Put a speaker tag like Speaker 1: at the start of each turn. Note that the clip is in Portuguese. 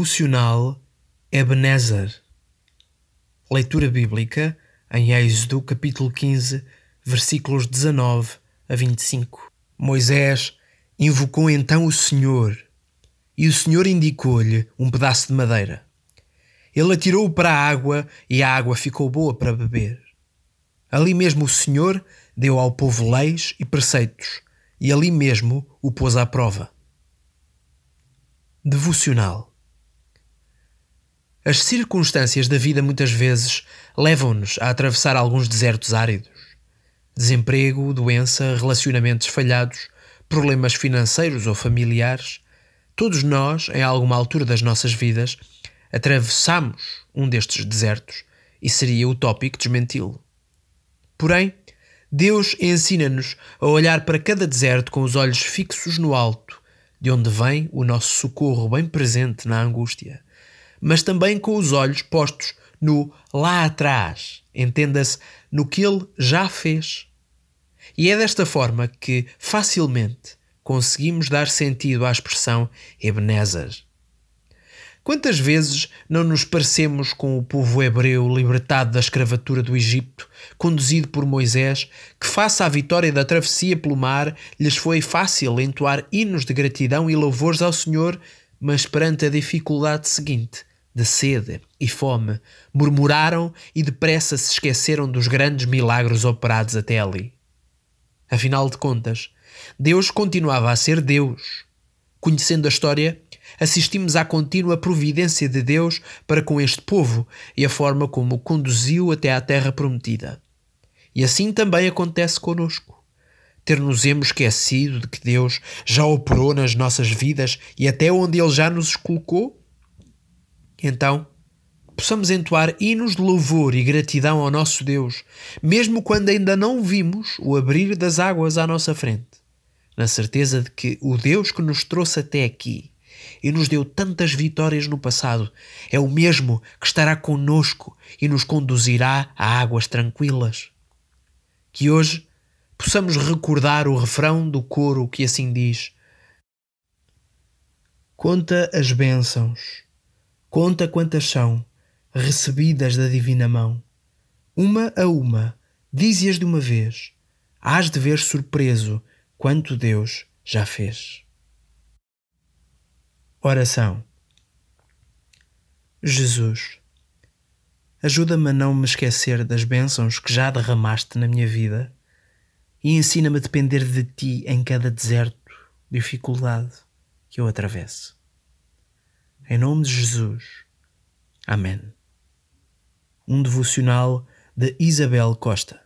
Speaker 1: Devocional Ebenezer. Leitura bíblica em Êxodo capítulo 15, versículos 19 a 25. Moisés invocou então o Senhor, e o Senhor indicou-lhe um pedaço de madeira. Ele atirou-o para a água, e a água ficou boa para beber. Ali mesmo o Senhor deu ao povo leis e preceitos, e ali mesmo o pôs à prova. Devocional. As circunstâncias da vida muitas vezes levam-nos a atravessar alguns desertos áridos. Desemprego, doença, relacionamentos falhados, problemas financeiros ou familiares. Todos nós, em alguma altura das nossas vidas, atravessamos um destes desertos e seria utópico desmenti-lo. Porém, Deus ensina-nos a olhar para cada deserto com os olhos fixos no alto, de onde vem o nosso socorro bem presente na angústia, mas também com os olhos postos no lá atrás, entenda-se, no que Ele já fez. E é desta forma que, facilmente, conseguimos dar sentido à expressão Ebenezer. Quantas vezes não nos parecemos com o povo hebreu libertado da escravatura do Egito, conduzido por Moisés, que face à vitória da travessia pelo mar, lhes foi fácil entoar hinos de gratidão e louvores ao Senhor, mas perante a dificuldade seguinte, de sede e fome, murmuraram e depressa se esqueceram dos grandes milagres operados até ali. Afinal de contas, Deus continuava a ser Deus. Conhecendo a história, assistimos à contínua providência de Deus para com este povo e a forma como o conduziu até à terra prometida. E assim também acontece conosco. Ter-nos-emos esquecido de que Deus já operou nas nossas vidas e até onde Ele já nos colocou? Então, possamos entoar hinos de louvor e gratidão ao nosso Deus, mesmo quando ainda não vimos o abrir das águas à nossa frente, na certeza de que o Deus que nos trouxe até aqui e nos deu tantas vitórias no passado é o mesmo que estará conosco e nos conduzirá a águas tranquilas. Que hoje possamos recordar o refrão do coro que assim diz: conta as bênçãos, conta quantas são, recebidas da divina mão. Uma a uma, dize-as de uma vez, hás de ver surpreso quanto Deus já fez. Oração. Jesus, ajuda-me a não me esquecer das bênçãos que já derramaste na minha vida e ensina-me a depender de Ti em cada deserto, dificuldade que eu atravesso. Em nome de Jesus. Amém. Um devocional de Isabel Costa.